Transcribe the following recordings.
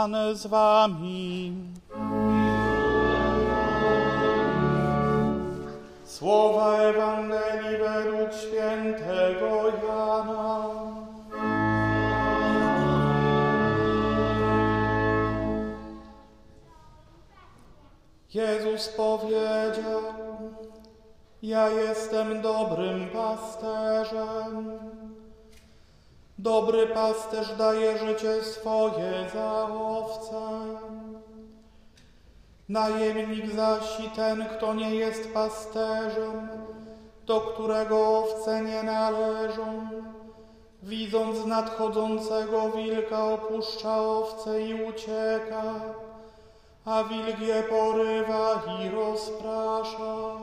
Pan z wami. Słowa Ewangelii według świętego Jana. Jezus powiedział: ja jestem dobrym pasterzem. Dobry pasterz daje życie swoje za owce. Najemnik zaś i ten, kto nie jest pasterzem, do którego owce nie należą, widząc nadchodzącego wilka, opuszcza owce i ucieka, a wilk je porywa i rozprasza.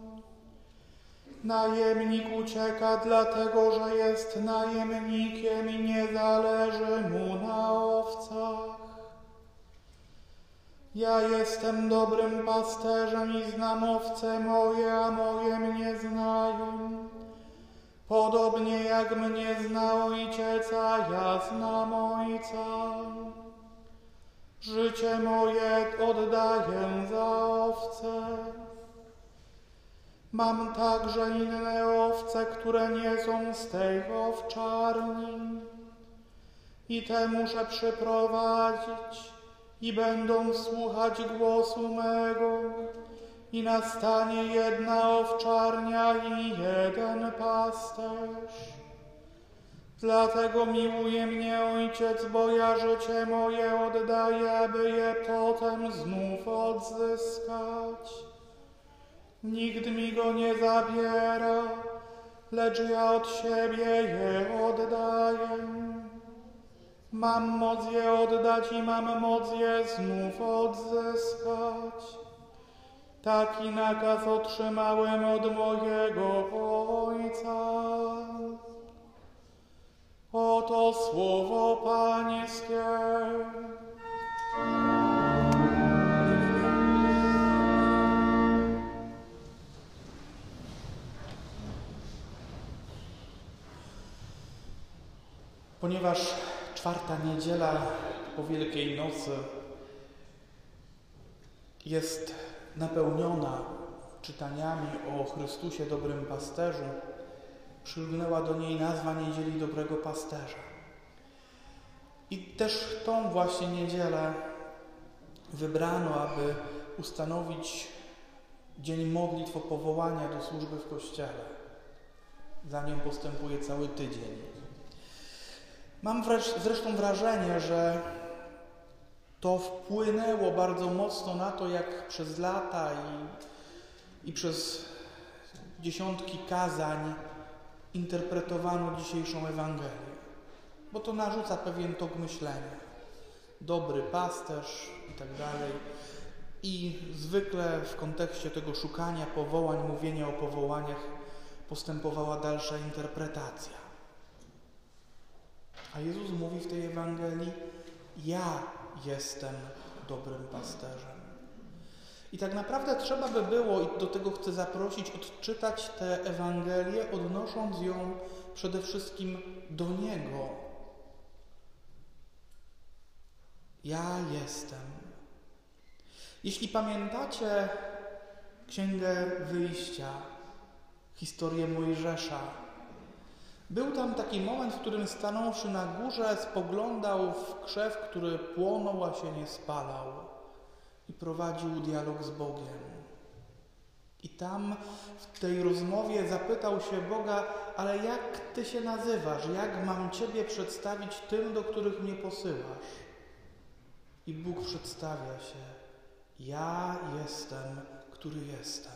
Najemnik ucieka dlatego, że jest najemnikiem i nie zależy mu na owcach. Ja jestem dobrym pasterzem i znam owce moje, a moje mnie znają. Podobnie jak mnie zna Ojciec, a ja znam Ojca. Życie moje oddaję za owce. Mam także inne owce, które nie są z tej owczarni. I te muszę przyprowadzić i będą słuchać głosu mego. I nastanie jedna owczarnia i jeden pasterz. Dlatego miłuje mnie Ojciec, bo ja życie moje oddaję, aby je potem znów odzyskać. Nikt mi go nie zabiera, lecz ja od siebie je oddaję. Mam moc je oddać i mam moc je znów odzyskać. Taki nakaz otrzymałem od mojego Ojca. Oto słowo Pańskie. Ponieważ czwarta niedziela po Wielkiej Nocy jest napełniona czytaniami o Chrystusie Dobrym Pasterzu, przylgnęła do niej nazwa Niedzieli Dobrego Pasterza. I też tą właśnie niedzielę wybrano, aby ustanowić dzień modlitw o powołania do służby w Kościele. Za nią postępuje cały tydzień. Mam zresztą wrażenie, że to wpłynęło bardzo mocno na to, jak przez lata i przez dziesiątki kazań interpretowano dzisiejszą Ewangelię. Bo to narzuca pewien tok myślenia. Dobry pasterz i tak dalej. I zwykle w kontekście tego szukania powołań, mówienia o powołaniach postępowała dalsza interpretacja. A Jezus mówi w tej Ewangelii: ja jestem dobrym pasterzem. I tak naprawdę trzeba by było, i do tego chcę zaprosić, odczytać tę Ewangelię, odnosząc ją przede wszystkim do Niego. Ja jestem. Jeśli pamiętacie Księgę Wyjścia, historię Mojżesza, był tam taki moment, w którym stanąwszy na górze, spoglądał w krzew, który płonął, a się nie spalał, i prowadził dialog z Bogiem. I tam w tej rozmowie zapytał się Boga: ale jak Ty się nazywasz? Jak mam Ciebie przedstawić tym, do których mnie posyłasz? I Bóg przedstawia się: ja jestem, który jestem.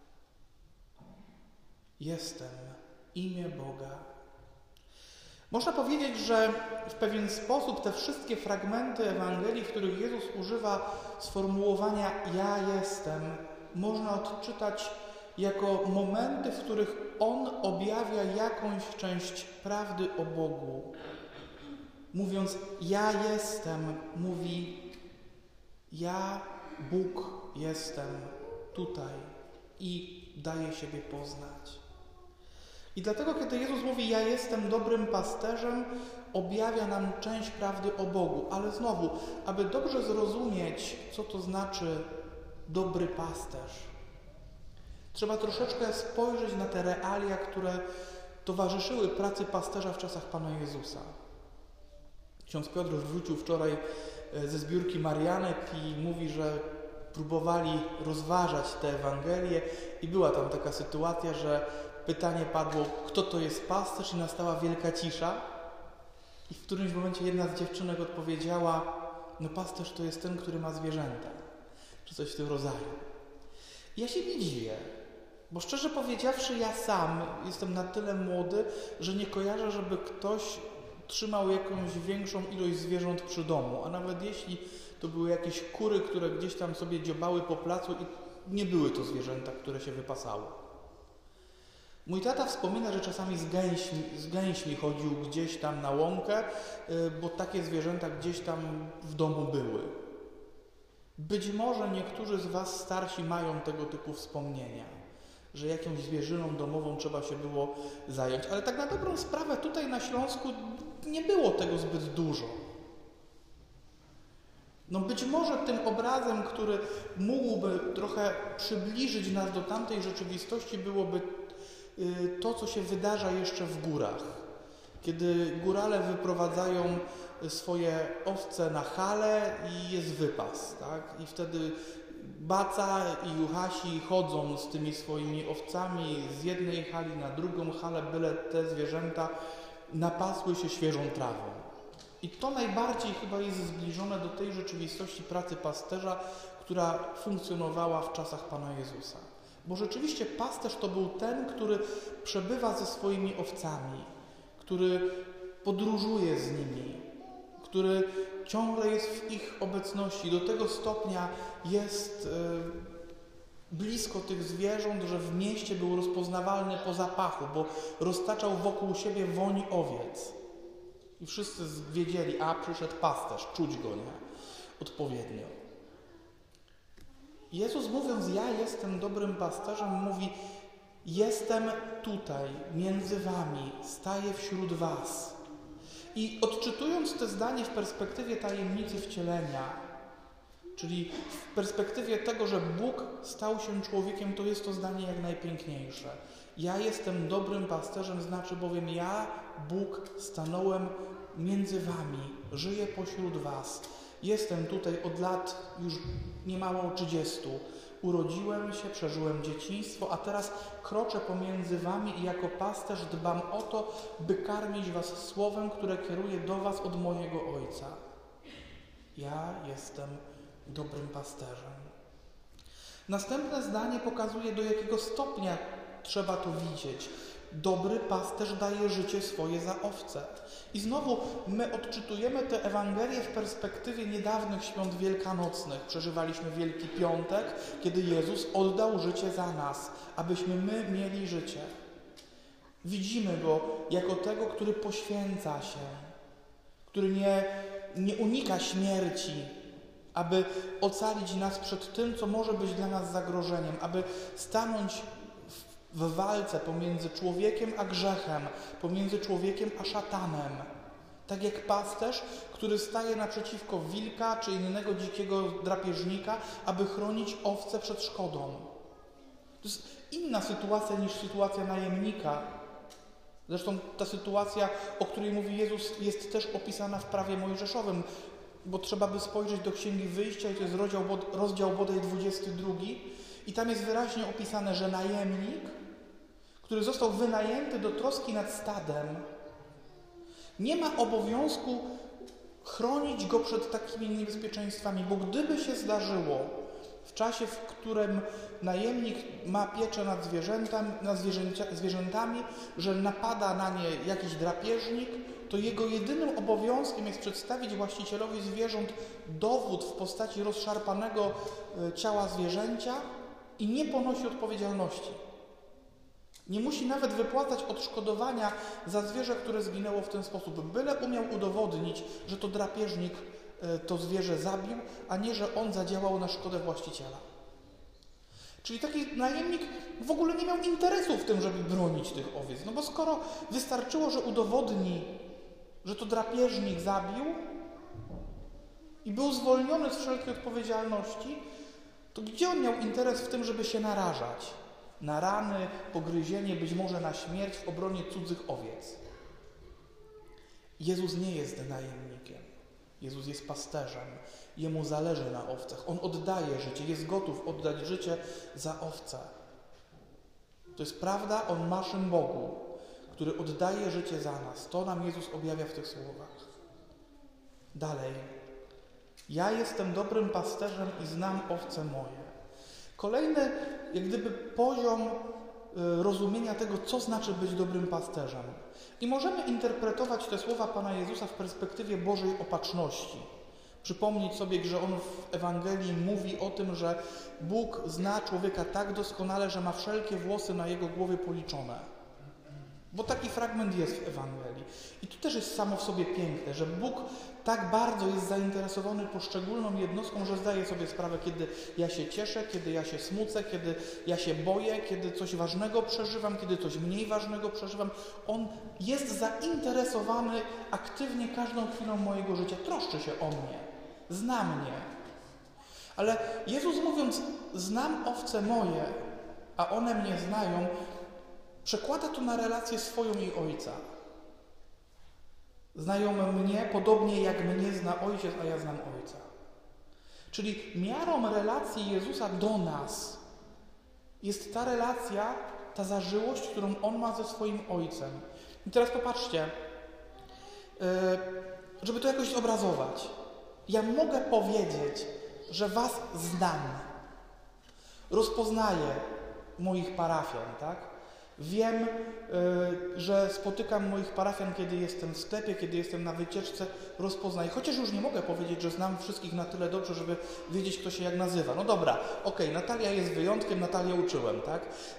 Jestem, imię Boga. Można powiedzieć, że w pewien sposób te wszystkie fragmenty Ewangelii, w których Jezus używa sformułowania ja jestem, można odczytać jako momenty, w których On objawia jakąś część prawdy o Bogu. Mówiąc ja jestem, mówi ja, Bóg, jestem tutaj i daje siebie poznać. I dlatego, kiedy Jezus mówi, ja jestem dobrym pasterzem, objawia nam część prawdy o Bogu. Ale znowu, aby dobrze zrozumieć, co to znaczy dobry pasterz, trzeba troszeczkę spojrzeć na te realia, które towarzyszyły pracy pasterza w czasach Pana Jezusa. Ksiądz Piotr wrócił wczoraj ze zbiórki Marianek i mówi, że próbowali rozważać tę Ewangelię i była tam taka sytuacja, że pytanie padło, kto to jest pasterz, i nastała wielka cisza. I w którymś momencie jedna z dziewczynek odpowiedziała, no pasterz to jest ten, który ma zwierzęta, czy coś w tym rodzaju. Ja się nie dziwię, bo szczerze powiedziawszy, ja sam jestem na tyle młody, że nie kojarzę, żeby ktoś trzymał jakąś większą ilość zwierząt przy domu, a nawet jeśli to były jakieś kury, które gdzieś tam sobie dziobały po placu i nie były to zwierzęta, które się wypasały. Mój tata wspomina, że czasami z gęśmi chodził gdzieś tam na łąkę, bo takie zwierzęta gdzieś tam w domu były. Być może niektórzy z Was starsi mają tego typu wspomnienia, że jakąś zwierzyną domową trzeba się było zająć. Ale tak na dobrą sprawę tutaj na Śląsku nie było tego zbyt dużo. No być może tym obrazem, który mógłby trochę przybliżyć nas do tamtej rzeczywistości, byłoby to, co się wydarza jeszcze w górach. Kiedy górale wyprowadzają swoje owce na halę i jest wypas, tak? I wtedy Baca i Juchasi chodzą z tymi swoimi owcami z jednej hali na drugą halę, byle te zwierzęta napasły się świeżą trawą. I to najbardziej chyba jest zbliżone do tej rzeczywistości pracy pasterza, która funkcjonowała w czasach Pana Jezusa. Bo rzeczywiście pasterz to był ten, który przebywa ze swoimi owcami, który podróżuje z nimi, który ciągle jest w ich obecności. Do tego stopnia jest blisko tych zwierząt, że w mieście był rozpoznawalny po zapachu, bo roztaczał wokół siebie woń owiec. I wszyscy wiedzieli, a przyszedł pasterz, czuć go, nie? Odpowiednio. Jezus, mówiąc, ja jestem dobrym pasterzem, mówi, jestem tutaj, między wami, staję wśród was. I odczytując to zdanie w perspektywie tajemnicy wcielenia, czyli w perspektywie tego, że Bóg stał się człowiekiem, to jest to zdanie jak najpiękniejsze. Ja jestem dobrym pasterzem, znaczy bowiem ja, Bóg, stanąłem między wami, żyję pośród was. Jestem tutaj od lat już niemało 30. Urodziłem się, przeżyłem dzieciństwo, a teraz kroczę pomiędzy wami i jako pasterz dbam o to, by karmić was słowem, które kieruje do was od mojego Ojca. Ja jestem dobrym pasterzem. Następne zdanie pokazuje, do jakiego stopnia trzeba to widzieć. Dobry pasterz daje życie swoje za owce. I znowu my odczytujemy tę Ewangelię w perspektywie niedawnych świąt wielkanocnych. Przeżywaliśmy Wielki Piątek, kiedy Jezus oddał życie za nas, abyśmy my mieli życie. Widzimy Go jako tego, który poświęca się, który nie unika śmierci, aby ocalić nas przed tym, co może być dla nas zagrożeniem, aby stanąć w walce pomiędzy człowiekiem a grzechem, pomiędzy człowiekiem a szatanem. Tak jak pasterz, który staje naprzeciwko wilka czy innego dzikiego drapieżnika, aby chronić owce przed szkodą. To jest inna sytuacja niż sytuacja najemnika. Zresztą ta sytuacja, o której mówi Jezus, jest też opisana w prawie mojżeszowym, bo trzeba by spojrzeć do Księgi Wyjścia i to jest rozdział bodaj 22 i tam jest wyraźnie opisane, że najemnik, który został wynajęty do troski nad stadem, nie ma obowiązku chronić go przed takimi niebezpieczeństwami, bo gdyby się zdarzyło w czasie, w którym najemnik ma pieczę nad zwierzętami, że napada na nie jakiś drapieżnik, to jego jedynym obowiązkiem jest przedstawić właścicielowi zwierząt dowód w postaci rozszarpanego ciała zwierzęcia i nie ponosi odpowiedzialności. Nie musi nawet wypłacać odszkodowania za zwierzę, które zginęło w ten sposób, byle umiał udowodnić, że to drapieżnik to zwierzę zabił, a nie, że on zadziałał na szkodę właściciela. Czyli taki najemnik w ogóle nie miał interesu w tym, żeby bronić tych owiec. No bo skoro wystarczyło, że udowodni, że to drapieżnik zabił i był zwolniony z wszelkiej odpowiedzialności, to gdzie on miał interes w tym, żeby się narażać na rany, pogryzienie, być może na śmierć w obronie cudzych owiec? Jezus nie jest najemnikiem. Jezus jest pasterzem. Jemu zależy na owcach. On oddaje życie, jest gotów oddać życie za owce. To jest prawda o naszym Bogu, który oddaje życie za nas. To nam Jezus objawia w tych słowach. Dalej. Ja jestem dobrym pasterzem i znam owce moje. Kolejny, jak gdyby poziom rozumienia tego, co znaczy być dobrym pasterzem. I możemy interpretować te słowa Pana Jezusa w perspektywie Bożej opatrzności. Przypomnieć sobie, że On w Ewangelii mówi o tym, że Bóg zna człowieka tak doskonale, że ma wszelkie włosy na jego głowie policzone. Bo taki fragment jest w Ewangelii. I to też jest samo w sobie piękne, że Bóg tak bardzo jest zainteresowany poszczególną jednostką, że zdaje sobie sprawę, kiedy ja się cieszę, kiedy ja się smucę, kiedy ja się boję, kiedy coś ważnego przeżywam, kiedy coś mniej ważnego przeżywam. On jest zainteresowany aktywnie każdą chwilą mojego życia. Troszczy się o mnie. Zna mnie. Ale Jezus mówiąc, znam owce moje, a one mnie znają, przekłada to na relację swoją i Ojca. Znają mnie podobnie jak mnie zna Ojciec, a ja znam Ojca. Czyli miarą relacji Jezusa do nas jest ta relacja, ta zażyłość, którą On ma ze swoim Ojcem. I teraz popatrzcie, żeby to jakoś zobrazować. Ja mogę powiedzieć, że Was znam. Rozpoznaję moich parafian, tak? Wiem, że spotykam moich parafian, kiedy jestem w sklepie, kiedy jestem na wycieczce, rozpoznaję. Chociaż już nie mogę powiedzieć, że znam wszystkich na tyle dobrze, żeby wiedzieć, kto się jak nazywa. No dobra, okej, Natalia jest wyjątkiem, Natalię uczyłem, tak?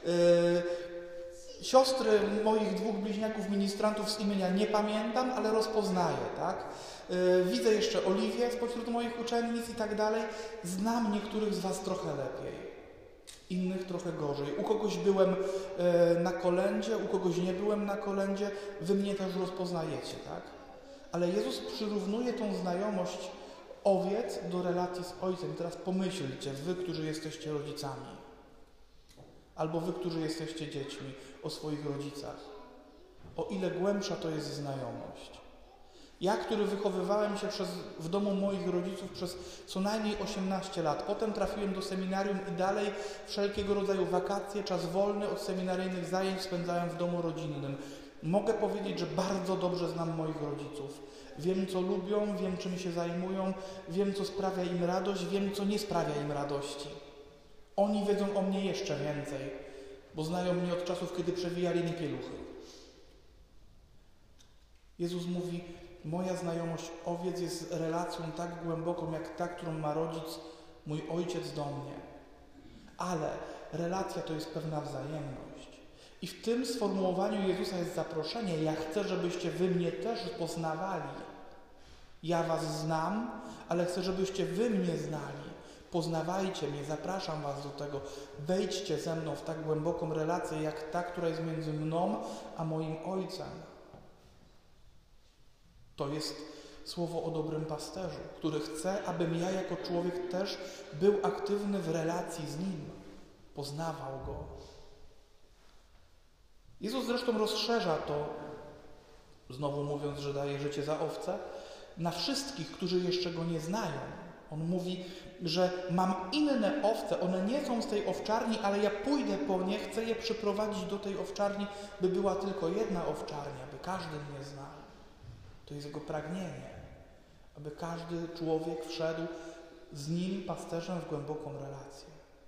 Siostry moich dwóch bliźniaków ministrantów z imienia nie pamiętam, ale rozpoznaję, tak? Widzę jeszcze Oliwię spośród moich uczennic i tak dalej. Znam niektórych z Was trochę lepiej. Innych trochę gorzej. U kogoś byłem na kolędzie, u kogoś nie byłem na kolędzie. Wy mnie też rozpoznajecie, tak? Ale Jezus przyrównuje tą znajomość owiec do relacji z Ojcem. I teraz pomyślcie, wy, którzy jesteście rodzicami, albo wy, którzy jesteście dziećmi, o swoich rodzicach. O ile głębsza to jest znajomość. Ja, który wychowywałem się w domu moich rodziców przez co najmniej 18 lat. Potem trafiłem do seminarium i dalej wszelkiego rodzaju wakacje, czas wolny od seminaryjnych zajęć spędzałem w domu rodzinnym. Mogę powiedzieć, że bardzo dobrze znam moich rodziców. Wiem, co lubią, wiem, czym się zajmują, wiem, co sprawia im radość, wiem, co nie sprawia im radości. Oni wiedzą o mnie jeszcze więcej, bo znają mnie od czasów, kiedy przewijali mi pieluchy. Jezus mówi, moja znajomość owiec jest relacją tak głęboką, jak ta, którą ma rodzic, mój ojciec do mnie. Ale relacja to jest pewna wzajemność. I w tym sformułowaniu Jezusa jest zaproszenie. Ja chcę, żebyście wy mnie też poznawali. Ja was znam, ale chcę, żebyście wy mnie znali. Poznawajcie mnie, zapraszam was do tego. Wejdźcie ze mną w tak głęboką relację, jak ta, która jest między mną a moim Ojcem. To jest słowo o dobrym pasterzu, który chce, abym ja jako człowiek też był aktywny w relacji z Nim. Poznawał Go. Jezus zresztą rozszerza to, znowu mówiąc, że daje życie za owce, na wszystkich, którzy jeszcze Go nie znają. On mówi, że mam inne owce, one nie są z tej owczarni, ale ja pójdę po nie, chcę je przyprowadzić do tej owczarni, by była tylko jedna owczarnia, by każdy mnie znał. To jest Jego pragnienie, aby każdy człowiek wszedł z Nim, pasterzem, w głęboką relację.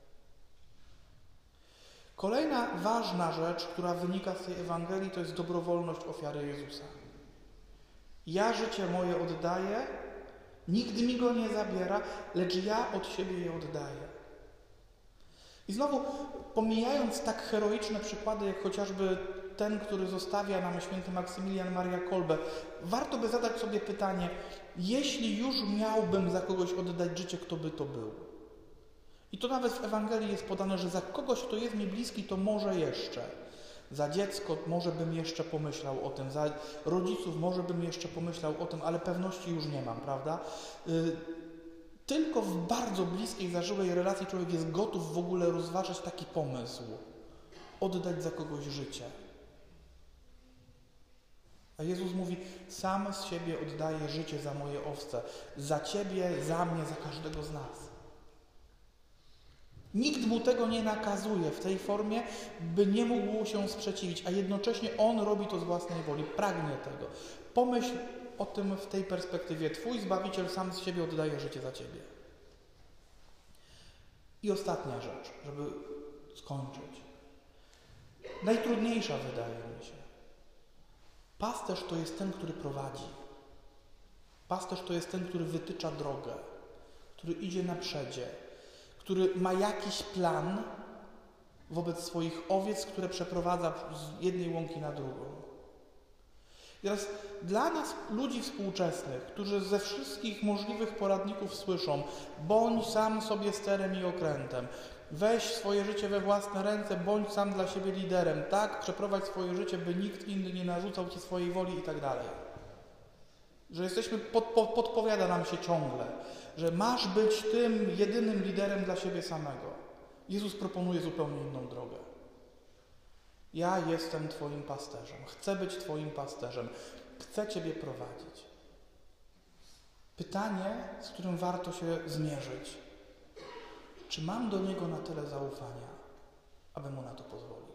Kolejna ważna rzecz, która wynika z tej Ewangelii, to jest dobrowolność ofiary Jezusa. Ja życie moje oddaję, nikt mi go nie zabiera, lecz ja od siebie je oddaję. I znowu, pomijając tak heroiczne przykłady, jak chociażby ten, który zostawia nam święty Maksymilian Maria Kolbe, warto by zadać sobie pytanie, jeśli już miałbym za kogoś oddać życie, kto by to był? I to nawet w Ewangelii jest podane, że za kogoś, kto jest mi bliski, to może jeszcze. Za dziecko może bym jeszcze pomyślał o tym, za rodziców może bym jeszcze pomyślał o tym, ale pewności już nie mam, prawda? Tylko w bardzo bliskiej, zażyłej relacji człowiek jest gotów w ogóle rozważać taki pomysł. Oddać za kogoś życie. A Jezus mówi, sam z siebie oddaję życie za moje owce. Za ciebie, za mnie, za każdego z nas. Nikt mu tego nie nakazuje w tej formie, by nie mógł się sprzeciwić, a jednocześnie on robi to z własnej woli, pragnie tego. Pomyśl o tym w tej perspektywie. Twój Zbawiciel sam z siebie oddaje życie za ciebie. I ostatnia rzecz, żeby skończyć. Najtrudniejsza wydaje mi się. Pasterz to jest ten, który prowadzi. Pasterz to jest ten, który wytycza drogę, który idzie na przedzie, który ma jakiś plan wobec swoich owiec, które przeprowadza z jednej łąki na drugą. I teraz dla nas, ludzi współczesnych, którzy ze wszystkich możliwych poradników słyszą, bądź sam sobie sterem i okrętem, weź swoje życie we własne ręce, bądź sam dla siebie liderem, tak, przeprowadź swoje życie, by nikt inny nie narzucał ci swojej woli i tak dalej. Że jesteśmy, podpowiada nam się ciągle, że masz być tym jedynym liderem dla siebie samego. Jezus proponuje zupełnie inną drogę. Ja jestem Twoim pasterzem, chcę być Twoim pasterzem, chcę Ciebie prowadzić. Pytanie, z którym warto się zmierzyć. Czy mam do Niego na tyle zaufania, aby Mu na to pozwolić?